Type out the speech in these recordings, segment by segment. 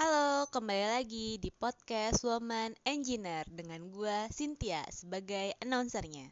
Halo, kembali lagi di podcast Woman Engineer dengan gue Cynthia sebagai announcernya.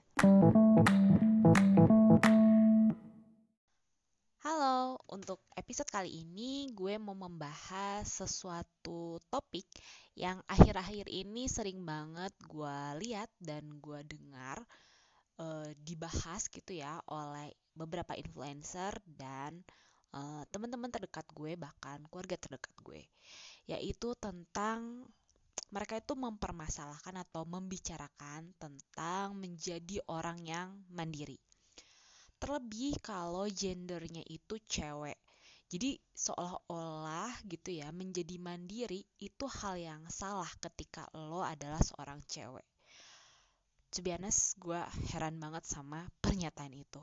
Halo, untuk episode kali ini gue mau membahas sesuatu topik yang akhir-akhir ini sering banget gue lihat dan gue dengar dibahas gitu ya oleh beberapa influencer dan teman-teman terdekat gue, bahkan keluarga terdekat gue, yaitu tentang mereka itu mempermasalahkan atau membicarakan tentang menjadi orang yang mandiri. Terlebih kalau gendernya itu cewek. Jadi seolah-olah gitu ya, menjadi mandiri itu hal yang salah ketika lo adalah seorang cewek. To be honest, gue heran banget sama pernyataan itu.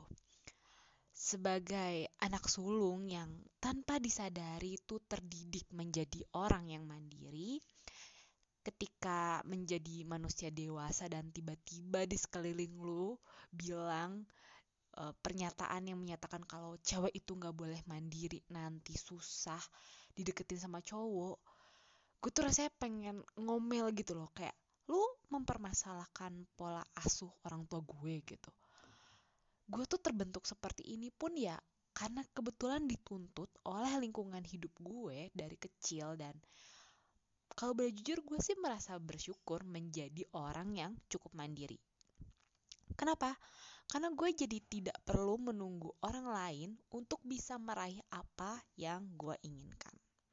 Sebagai anak sulung yang tanpa disadari itu terdidik menjadi orang yang mandiri, ketika menjadi manusia dewasa dan tiba-tiba di sekeliling lu bilang pernyataan yang menyatakan kalau cewek itu nggak boleh mandiri, nanti susah dideketin sama cowok, gue tuh rasanya pengen ngomel gitu loh, kayak lu mempermasalahkan pola asuh orang tua gue gitu. Gue tuh terbentuk seperti ini pun ya karena kebetulan dituntut oleh lingkungan hidup gue dari kecil. Dan kalau boleh jujur, gue sih merasa bersyukur menjadi orang yang cukup mandiri. Kenapa? Karena gue jadi tidak perlu menunggu orang lain untuk bisa meraih apa yang gue inginkan.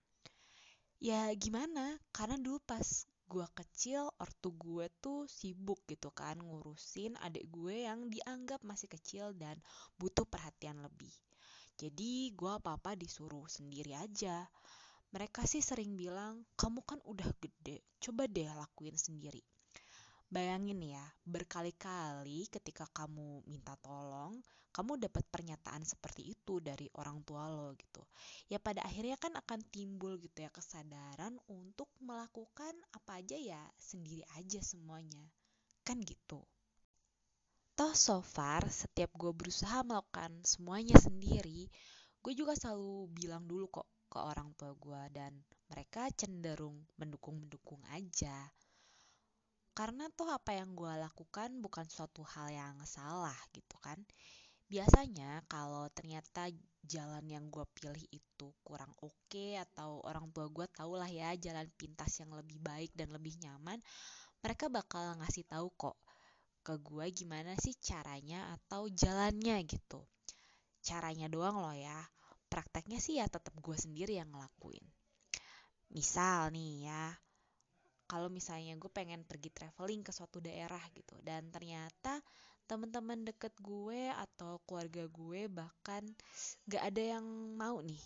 Ya gimana? Karena dulu pas gue kecil, ortu gue tuh sibuk gitu kan ngurusin adik gue yang dianggap masih kecil dan butuh perhatian lebih. Jadi gue apa-apa disuruh sendiri aja. Mereka sih sering bilang, kamu kan udah gede, coba deh lakuin sendiri. Bayangin ya, berkali-kali ketika kamu minta tolong, kamu dapat pernyataan seperti itu dari orang tua lo gitu. Ya pada akhirnya kan akan timbul gitu ya kesadaran untuk melakukan apa aja ya sendiri aja semuanya. Kan gitu. Toh so far, setiap gue berusaha melakukan semuanya sendiri, gue juga selalu bilang dulu kok ke orang tua gue, dan mereka cenderung mendukung-mendukung aja. Karena toh apa yang gue lakukan bukan suatu hal yang salah gitu kan. Biasanya kalau ternyata jalan yang gue pilih itu kurang oke, atau orang tua gue tau lah ya jalan pintas yang lebih baik dan lebih nyaman, mereka bakal ngasih tahu kok ke gue gimana sih caranya atau jalannya gitu. Caranya doang loh ya, prakteknya sih ya tetap gue sendiri yang ngelakuin. Misal nih ya, kalau misalnya gue pengen pergi traveling ke suatu daerah gitu, dan ternyata teman-teman deket gue atau keluarga gue bahkan gak ada yang mau nih,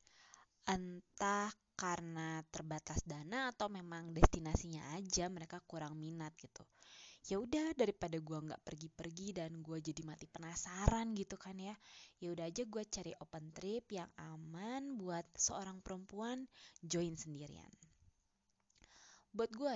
entah karena terbatas dana atau memang destinasinya aja mereka kurang minat gitu. Ya udah, daripada gue nggak pergi-pergi dan gue jadi mati penasaran gitu kan ya, ya udah aja gue cari open trip yang aman buat seorang perempuan join sendirian. Buat gue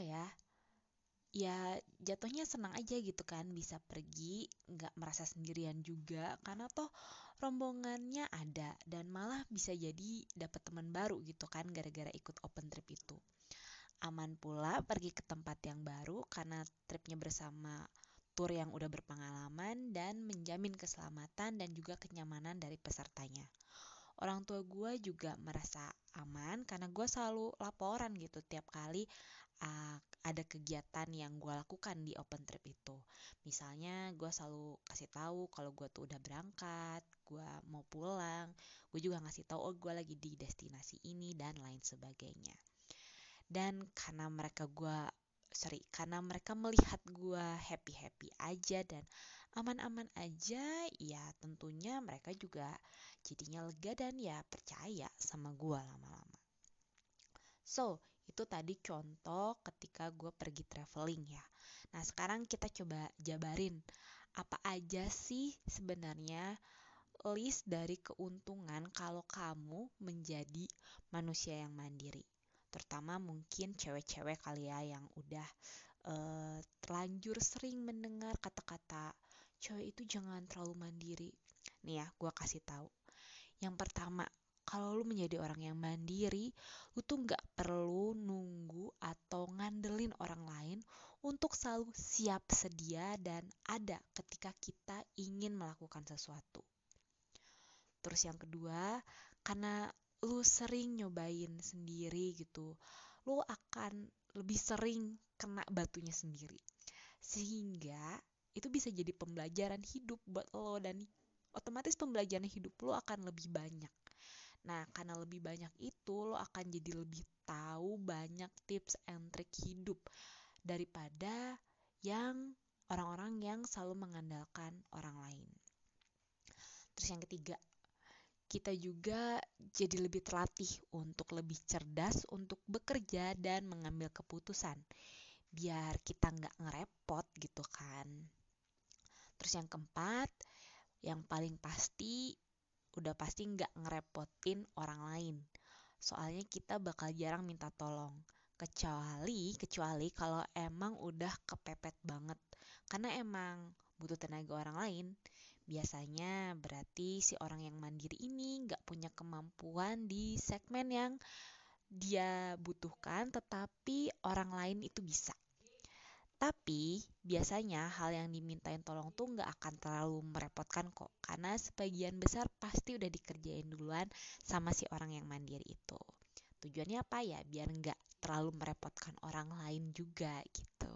ya jatuhnya senang aja gitu kan bisa pergi nggak merasa sendirian juga, karena toh rombongannya ada dan malah bisa jadi dapat teman baru gitu kan gara-gara ikut open trip itu. Aman pula pergi ke tempat yang baru karena tripnya bersama tur yang udah berpengalaman, dan menjamin keselamatan dan juga kenyamanan dari pesertanya. Orang tua gue juga merasa aman karena gue selalu laporan gitu tiap kali ada kegiatan yang gue lakukan di open trip itu. Misalnya gue selalu kasih tahu kalau gue tuh udah berangkat, gue mau pulang, gue juga ngasih tahu oh gue lagi di destinasi ini dan lain sebagainya. Dan karena mereka melihat gue happy-happy aja dan aman-aman aja, ya tentunya mereka juga jadinya lega dan ya percaya sama gue lama-lama. So, itu tadi contoh ketika gue pergi traveling ya. Nah, sekarang kita coba jabarin apa aja sih sebenarnya list dari keuntungan kalau kamu menjadi manusia yang mandiri. Terutama mungkin cewek-cewek kali ya yang udah terlanjur sering mendengar kata-kata cewek itu jangan terlalu mandiri. Nih ya, gue kasih tahu. Yang pertama, Kalau lu menjadi orang yang mandiri, lu tuh nggak perlu nunggu atau ngandelin orang lain untuk selalu siap sedia dan ada ketika kita ingin melakukan sesuatu. Terus yang kedua, karena lu sering nyobain sendiri gitu, lu akan lebih sering kena batunya sendiri. Sehingga itu bisa jadi pembelajaran hidup buat lo dan otomatis pembelajaran hidup lo akan lebih banyak. Nah, karena lebih banyak itu, lo akan jadi lebih tahu banyak tips and trik hidup daripada yang orang-orang yang selalu mengandalkan orang lain. Terus yang ketiga, kita juga jadi lebih terlatih untuk lebih cerdas untuk bekerja dan mengambil keputusan. Biar kita nggak ngerepot gitu kan. Terus yang keempat, yang paling pasti, udah pasti nggak ngerepotin orang lain. Soalnya kita bakal jarang minta tolong. Kecuali kalau emang udah kepepet banget. Karena emang butuh tenaga orang lain. Biasanya berarti si orang yang mandiri ini nggak punya kemampuan di segmen yang dia butuhkan, tetapi orang lain itu bisa. Tapi biasanya hal yang dimintain tolong tuh nggak akan terlalu merepotkan kok. Karena sebagian besar pasti udah dikerjain duluan sama si orang yang mandiri itu. Tujuannya apa ya? Biar nggak terlalu merepotkan orang lain juga gitu.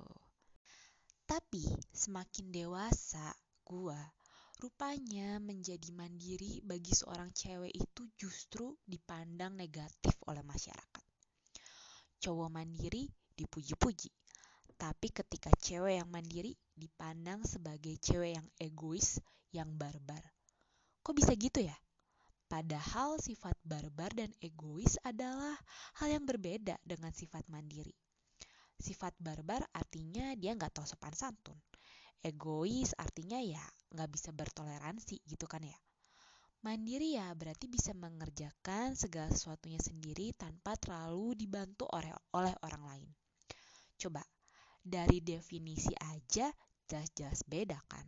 Tapi semakin dewasa gua, rupanya menjadi mandiri bagi seorang cewek itu justru dipandang negatif oleh masyarakat. Cowok mandiri dipuji-puji, tapi ketika cewek yang mandiri dipandang sebagai cewek yang egois, yang barbar. Kok bisa gitu ya? Padahal sifat barbar dan egois adalah hal yang berbeda dengan sifat mandiri. Sifat barbar artinya dia nggak tahu sopan santun. Egois artinya ya nggak bisa bertoleransi gitu kan ya. Mandiri ya berarti bisa mengerjakan segala sesuatunya sendiri tanpa terlalu dibantu oleh orang lain. Coba, dari definisi aja jelas-jelas beda kan?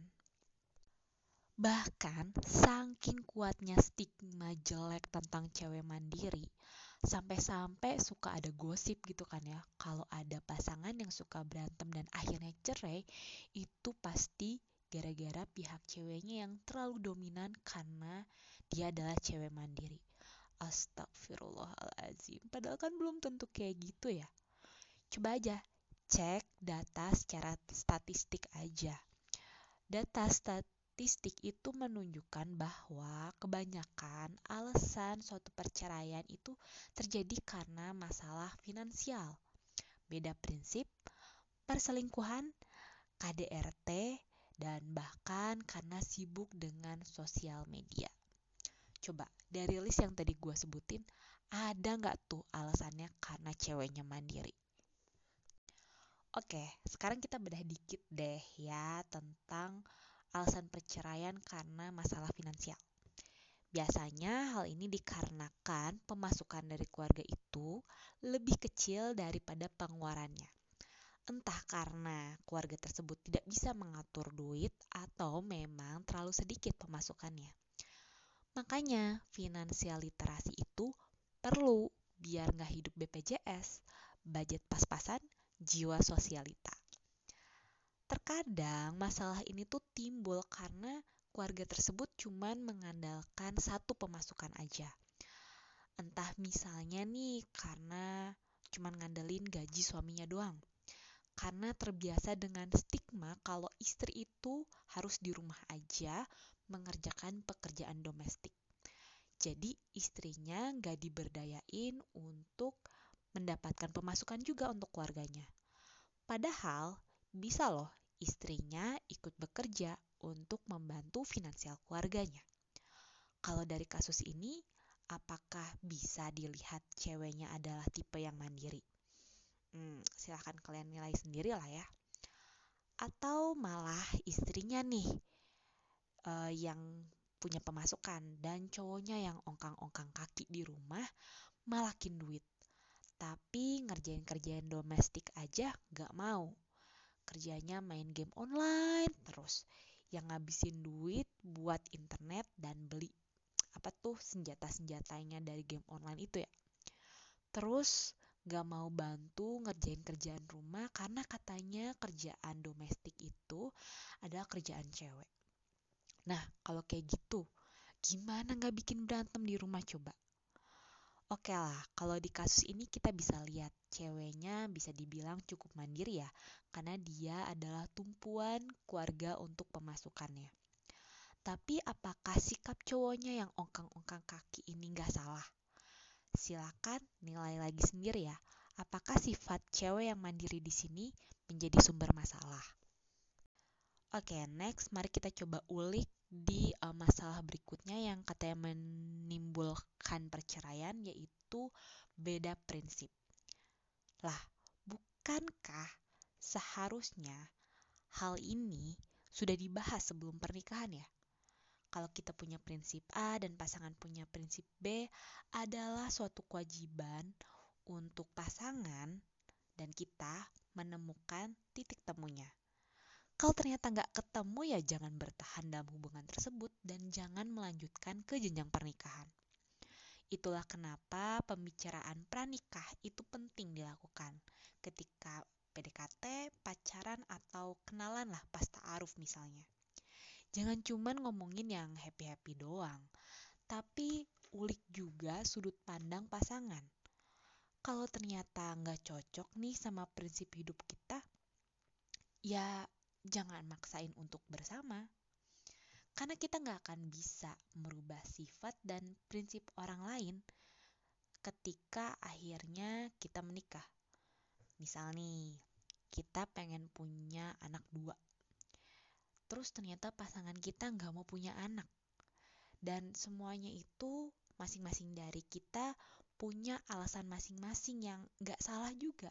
Bahkan saking kuatnya stigma jelek tentang cewek mandiri, sampai-sampai suka ada gosip gitu kan ya, kalau ada pasangan yang suka berantem dan akhirnya cerai, itu pasti gara-gara pihak ceweknya yang terlalu dominan karena dia adalah cewek mandiri. Astagfirullahaladzim, padahal kan belum tentu kayak gitu ya. Coba aja cek data secara statistik aja. Data statistik itu menunjukkan bahwa kebanyakan alasan suatu perceraian itu terjadi karena masalah finansial, beda prinsip, perselingkuhan, KDRT, dan bahkan karena sibuk dengan sosial media. Coba dari list yang tadi gue sebutin, ada nggak tuh alasannya karena ceweknya mandiri? Oke, sekarang kita bedah dikit deh ya tentang alasan perceraian karena masalah finansial. Biasanya hal ini dikarenakan pemasukan dari keluarga itu lebih kecil daripada pengeluarannya. Entah karena keluarga tersebut tidak bisa mengatur duit atau memang terlalu sedikit pemasukannya. Makanya finansial literasi itu perlu biar nggak hidup BPJS, budget pas-pasan, jiwa sosialita. Terkadang masalah ini tuh timbul karena keluarga tersebut cuman mengandalkan satu pemasukan aja. Entah misalnya nih karena cuman ngandelin gaji suaminya doang. Karena terbiasa dengan stigma kalau istri itu harus di rumah aja mengerjakan pekerjaan domestik. Jadi istrinya nggak diberdayain untuk mendapatkan pemasukan juga untuk keluarganya. Padahal bisa loh istrinya ikut bekerja untuk membantu finansial keluarganya. Kalau dari kasus ini, apakah bisa dilihat ceweknya adalah tipe yang mandiri? Silahkan kalian nilai sendiri lah ya. Atau malah istrinya nih yang punya pemasukan dan cowoknya yang ongkang-ongkang kaki di rumah malakin duit. Tapi ngerjain domestik aja gak mau. Kerjanya main game online terus. Yang ngabisin duit buat internet dan beli senjata-senjatanya dari game online itu ya. Terus gak mau bantu ngerjain kerjaan rumah karena katanya kerjaan domestik itu adalah kerjaan cewek. Nah, kalau kayak gitu, gimana gak bikin berantem di rumah coba? Oke lah, kalau di kasus ini kita bisa lihat ceweknya bisa dibilang cukup mandiri ya, karena dia adalah tumpuan keluarga untuk pemasukannya. Tapi apakah sikap cowoknya yang ongkang-ongkang kaki ini gak salah? Silakan nilai lagi sendiri ya. Apakah sifat cewek yang mandiri di sini menjadi sumber masalah? Oke, next mari kita coba ulik di masalah berikutnya yang katanya menimbulkan perceraian, yaitu beda prinsip. Lah, bukankah seharusnya hal ini sudah dibahas sebelum pernikahan ya? Kalau kita punya prinsip A dan pasangan punya prinsip B, adalah suatu kewajiban untuk pasangan dan kita menemukan titik temunya. Kalau ternyata nggak ketemu ya jangan bertahan dalam hubungan tersebut dan jangan melanjutkan ke jenjang pernikahan. Itulah kenapa pembicaraan pranikah itu penting dilakukan ketika PDKT, pacaran, atau kenalan lah pas ta'aruf misalnya. Jangan cuman ngomongin yang happy-happy doang, tapi ulik juga sudut pandang pasangan. Kalau ternyata nggak cocok nih sama prinsip hidup kita, ya jangan maksain untuk bersama. Karena kita nggak akan bisa merubah sifat dan prinsip orang lain ketika akhirnya kita menikah. Misal nih, kita pengen punya anak 2. Terus ternyata pasangan kita nggak mau punya anak. Dan semuanya itu masing-masing dari kita punya alasan masing-masing yang nggak salah juga.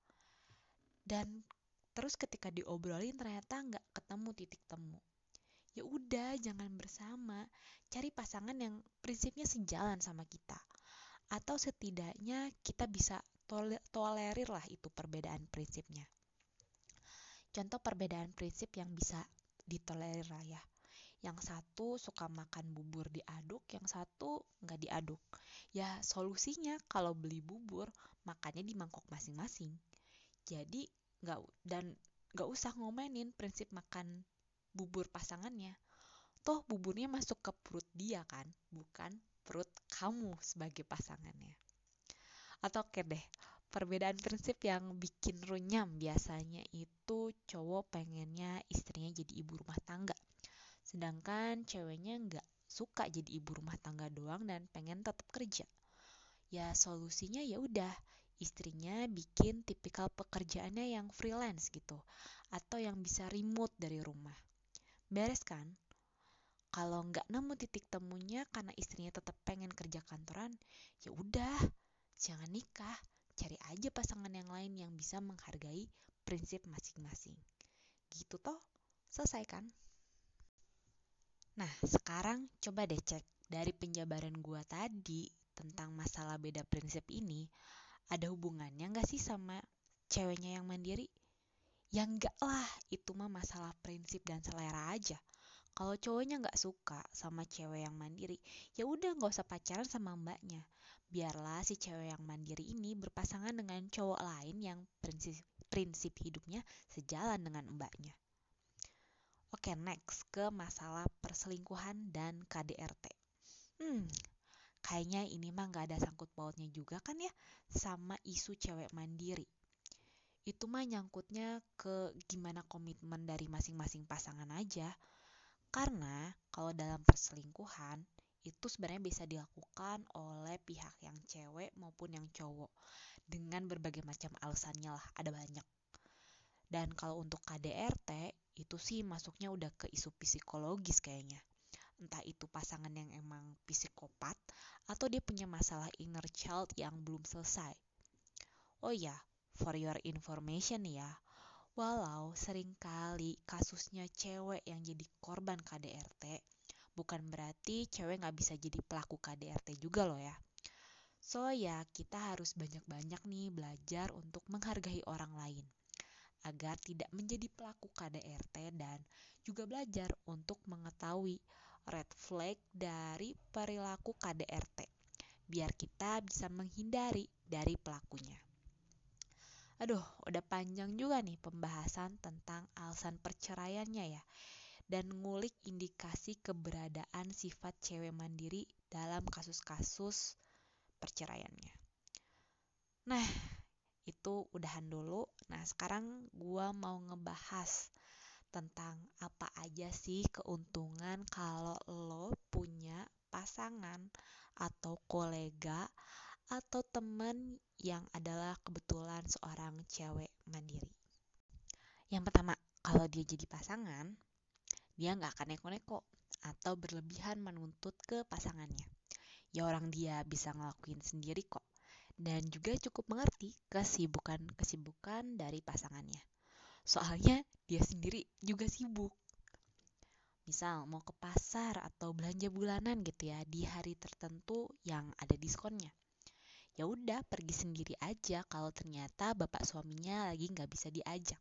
Dan terus ketika diobrolin ternyata nggak ketemu titik temu. Ya udah, jangan bersama. Cari pasangan yang prinsipnya sejalan sama kita. Atau setidaknya kita bisa tolerir lah itu perbedaan prinsipnya. Contoh perbedaan prinsip yang bisa ditolerir lah ya. Yang satu suka makan bubur diaduk, yang satu nggak diaduk. Ya solusinya kalau beli bubur, makannya di mangkok masing-masing. Jadi nggak usah ngomenin prinsip makan bubur pasangannya. Toh buburnya masuk ke perut dia kan, bukan perut kamu sebagai pasangannya. Atau oke deh, perbedaan prinsip yang bikin runyam biasanya itu cowok pengennya istrinya jadi ibu rumah tangga. Sedangkan ceweknya nggak suka jadi ibu rumah tangga doang dan pengen tetap kerja. Ya solusinya ya udah, istrinya bikin tipikal pekerjaannya yang freelance gitu, atau yang bisa remote dari rumah. Beres kan? Kalau nggak nemu titik temunya karena istrinya tetap pengen kerja kantoran, ya udah, jangan nikah. Cari aja pasangan yang lain yang bisa menghargai prinsip masing-masing. Gitu toh, selesai kan? Nah, sekarang coba deh cek dari penjabaran gua tadi tentang masalah beda prinsip ini, ada hubungannya nggak sih sama ceweknya yang mandiri? Ya enggak lah, itu mah masalah prinsip dan selera aja. Kalau cowoknya nggak suka sama cewek yang mandiri, ya udah nggak usah pacaran sama mbaknya. Biarlah si cewek yang mandiri ini berpasangan dengan cowok lain yang prinsip hidupnya sejalan dengan mbaknya. Oke, next ke masalah perselingkuhan dan KDRT. Kayaknya ini mah nggak ada sangkut pautnya juga kan ya sama isu cewek mandiri. Itu mah nyangkutnya ke gimana komitmen dari masing-masing pasangan aja. Karena kalau dalam perselingkuhan itu sebenarnya bisa dilakukan oleh pihak yang cewek maupun yang cowok dengan berbagai macam alasannya lah, ada banyak. Dan kalau untuk KDRT itu sih masuknya udah ke isu psikologis kayaknya. Entah itu pasangan yang emang psikopat atau dia punya masalah inner child yang belum selesai. Oh ya, for your information ya, walau seringkali kasusnya cewek yang jadi korban KDRT, bukan berarti cewek gak bisa jadi pelaku KDRT juga loh ya. So ya kita harus banyak-banyak nih belajar untuk menghargai orang lain agar tidak menjadi pelaku KDRT dan juga belajar untuk mengetahui red flag dari perilaku KDRT, biar kita bisa menghindari dari pelakunya. Aduh, udah panjang juga nih pembahasan tentang alasan perceraiannya ya, dan ngulik indikasi keberadaan sifat cewek mandiri dalam kasus-kasus perceraiannya. Nah, itu udahan dulu. Nah, sekarang gua mau ngebahas tentang apa aja sih keuntungan kalau lo punya pasangan atau kolega atau teman yang adalah kebetulan seorang cewek mandiri. Yang pertama, kalau dia jadi pasangan, dia nggak akan neko-neko atau berlebihan menuntut ke pasangannya. Ya orang dia bisa ngelakuin sendiri kok. Dan juga cukup mengerti kesibukan-kesibukan dari pasangannya. Soalnya dia sendiri juga sibuk. Misal mau ke pasar atau belanja bulanan gitu ya di hari tertentu yang ada diskonnya. Ya udah pergi sendiri aja kalau ternyata bapak suaminya lagi nggak bisa diajak.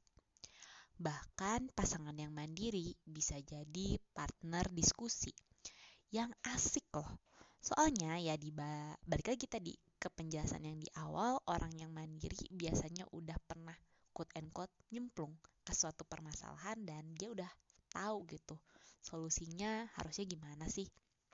Bahkan pasangan yang mandiri bisa jadi partner diskusi yang asik loh. Soalnya ya balik lagi tadi ke penjelasan yang di awal, orang yang mandiri biasanya udah pernah quote and quote nyemplung ke suatu permasalahan dan dia udah tahu gitu solusinya harusnya gimana sih.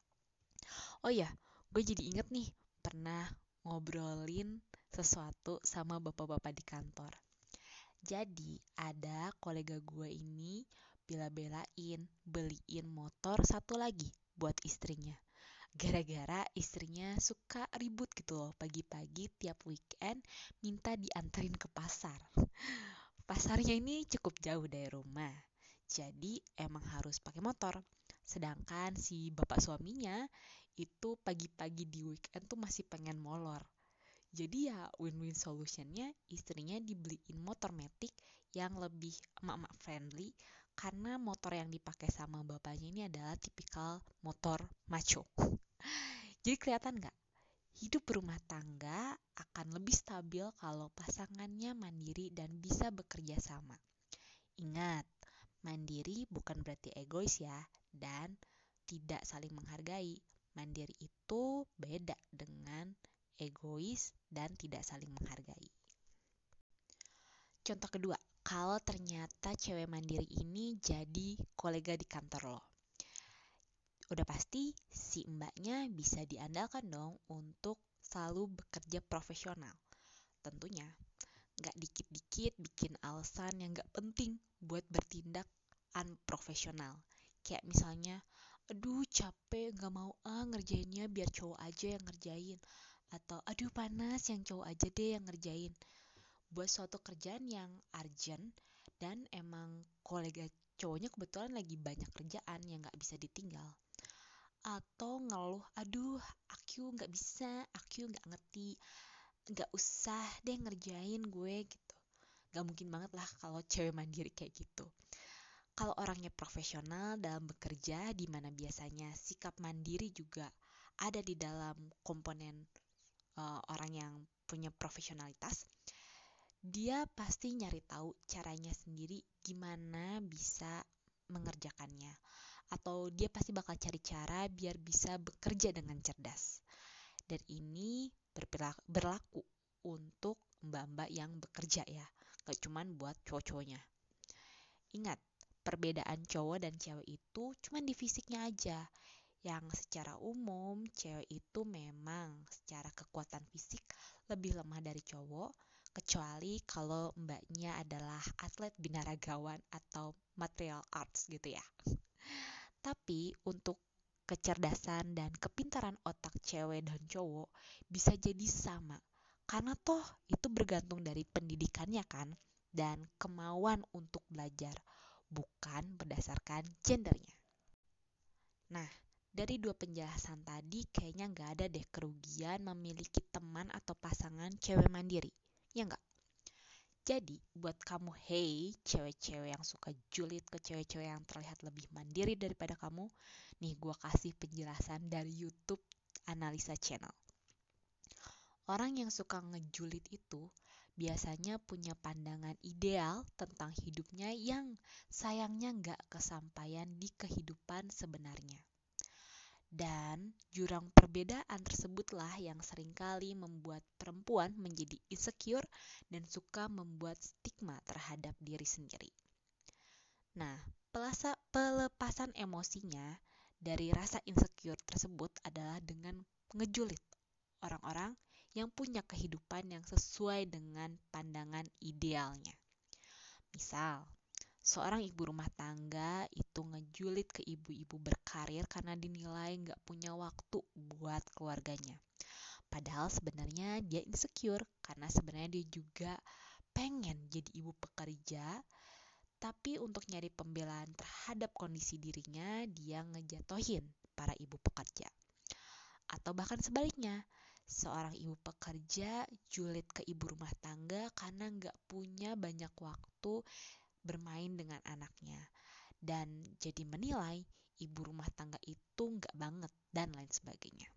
Oh ya, gue jadi inget nih pernah ngobrolin sesuatu sama bapak-bapak di kantor. Jadi ada kolega gue ini bela-belain beliin motor satu lagi buat istrinya. Gara-gara istrinya suka ribut gitu loh pagi-pagi tiap weekend minta dianterin ke pasar. Pasarnya ini cukup jauh dari rumah, jadi emang harus pakai motor. Sedangkan si bapak suaminya itu pagi-pagi di weekend tuh masih pengen molor. Jadi ya win-win solutionnya istrinya dibeliin motor matic yang lebih emak-emak friendly karena motor yang dipakai sama bapaknya ini adalah tipikal motor macho. Jadi kelihatan nggak? Hidup berumah tangga akan lebih stabil kalau pasangannya mandiri dan bisa bekerja sama. Ingat, mandiri bukan berarti egois ya, dan tidak saling menghargai. Mandiri itu beda dengan egois dan tidak saling menghargai. Contoh kedua, kalau ternyata cewek mandiri ini jadi kolega di kantor lo. Udah pasti si mbaknya bisa diandalkan dong untuk selalu bekerja profesional. Tentunya gak dikit-dikit bikin alasan yang gak penting buat bertindak unprofesional. Kayak misalnya, aduh capek gak mau ngerjainnya biar cowok aja yang ngerjain. Atau aduh panas yang cowok aja deh yang ngerjain. Buat suatu kerjaan yang urgent dan emang kolega cowoknya kebetulan lagi banyak kerjaan yang gak bisa ditinggal. Atau ngeluh, aduh aku gak bisa, aku gak ngerti, gak usah deh ngerjain gue gitu. Gak mungkin banget lah kalau cewek mandiri kayak gitu. Kalau orangnya profesional dalam bekerja, di mana biasanya sikap mandiri juga ada di dalam komponen orang yang punya profesionalitas, dia pasti nyari tahu caranya sendiri gimana bisa mengerjakannya. Atau dia pasti bakal cari cara biar bisa bekerja dengan cerdas. Dan ini berlaku untuk mbak-mbak yang bekerja ya, gak cuman buat cowok-cowoknya. Ingat, perbedaan cowok dan cewek itu cuman di fisiknya aja. Yang secara umum, cewek itu memang secara kekuatan fisik lebih lemah dari cowok, kecuali kalau mbaknya adalah atlet binaragawan atau material arts gitu ya. Tapi untuk kecerdasan dan kepintaran otak cewek dan cowok bisa jadi sama. Karena toh itu bergantung dari pendidikannya kan, dan kemauan untuk belajar, bukan berdasarkan gendernya. Nah, dari dua penjelasan tadi kayaknya nggak ada deh kerugian memiliki teman atau pasangan cewek mandiri. Ya nggak? Jadi, buat kamu, hey, cewek-cewek yang suka julid ke cewek-cewek yang terlihat lebih mandiri daripada kamu, nih gue kasih penjelasan dari YouTube Analisa Channel. Orang yang suka ngejulit itu biasanya punya pandangan ideal tentang hidupnya yang sayangnya nggak kesampaian di kehidupan sebenarnya. Dan jurang perbedaan tersebutlah yang seringkali membuat perempuan menjadi insecure dan suka membuat stigma terhadap diri sendiri. Nah, pelepasan emosinya dari rasa insecure tersebut adalah dengan ngejulit orang-orang yang punya kehidupan yang sesuai dengan pandangan idealnya. Misal, seorang ibu rumah tangga itu ngejulit ke ibu-ibu berkarir karena dinilai nggak punya waktu buat keluarganya. Padahal sebenarnya dia insecure karena sebenarnya dia juga pengen jadi ibu pekerja, tapi untuk nyari pembelaan terhadap kondisi dirinya, dia ngejatohin para ibu pekerja. Atau bahkan sebaliknya, seorang ibu pekerja julid ke ibu rumah tangga karena nggak punya banyak waktu bermain dengan anaknya dan jadi menilai ibu rumah tangga itu nggak banget dan lain sebagainya.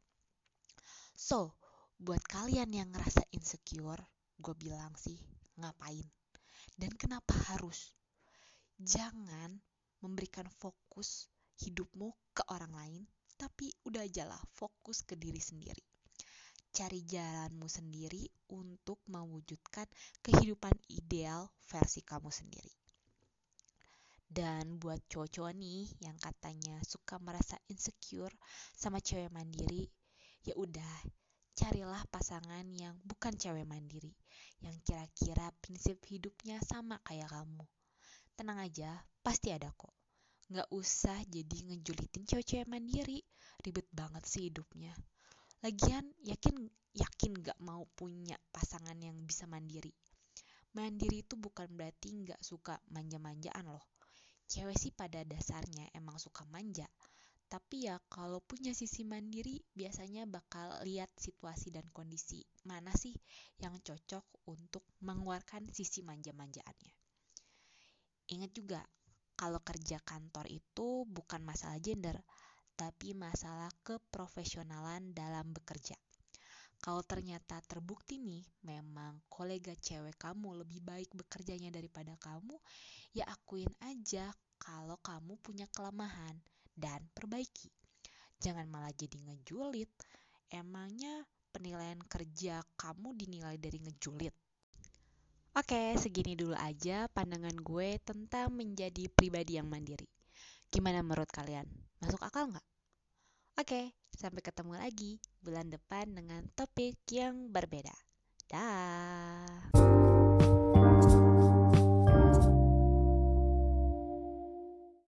So, buat kalian yang ngerasa insecure, gue bilang sih ngapain dan kenapa harus? Jangan memberikan fokus hidupmu ke orang lain, tapi udah aja lah fokus ke diri sendiri. Cari jalanmu sendiri untuk mewujudkan kehidupan ideal versi kamu sendiri. Dan buat cowok-cowok nih yang katanya suka merasa insecure sama cewek mandiri, ya udah carilah pasangan yang bukan cewek mandiri, yang kira-kira prinsip hidupnya sama kayak kamu. Tenang aja, pasti ada kok. Nggak usah jadi ngejulitin cewek-cewek mandiri, ribet banget sih hidupnya. Lagian yakin nggak mau punya pasangan yang bisa mandiri. Mandiri itu bukan berarti nggak suka manja-manjaan loh. Cewek sih pada dasarnya emang suka manja, tapi ya kalau punya sisi mandiri biasanya bakal lihat situasi dan kondisi mana sih yang cocok untuk mengeluarkan sisi manja-manjaannya. Ingat juga, kalau kerja kantor itu bukan masalah gender, tapi masalah keprofesionalan dalam bekerja. Kalau ternyata terbukti nih, memang kolega cewek kamu lebih baik bekerjanya daripada kamu, ya akuin aja kalau kamu punya kelemahan dan perbaiki. Jangan malah jadi ngejulit. Emangnya penilaian kerja kamu dinilai dari ngejulit? Oke, segini dulu aja pandangan gue tentang menjadi pribadi yang mandiri. Gimana menurut kalian? Masuk akal nggak? Oke, sampai ketemu lagi bulan depan dengan topik yang berbeda. Dah.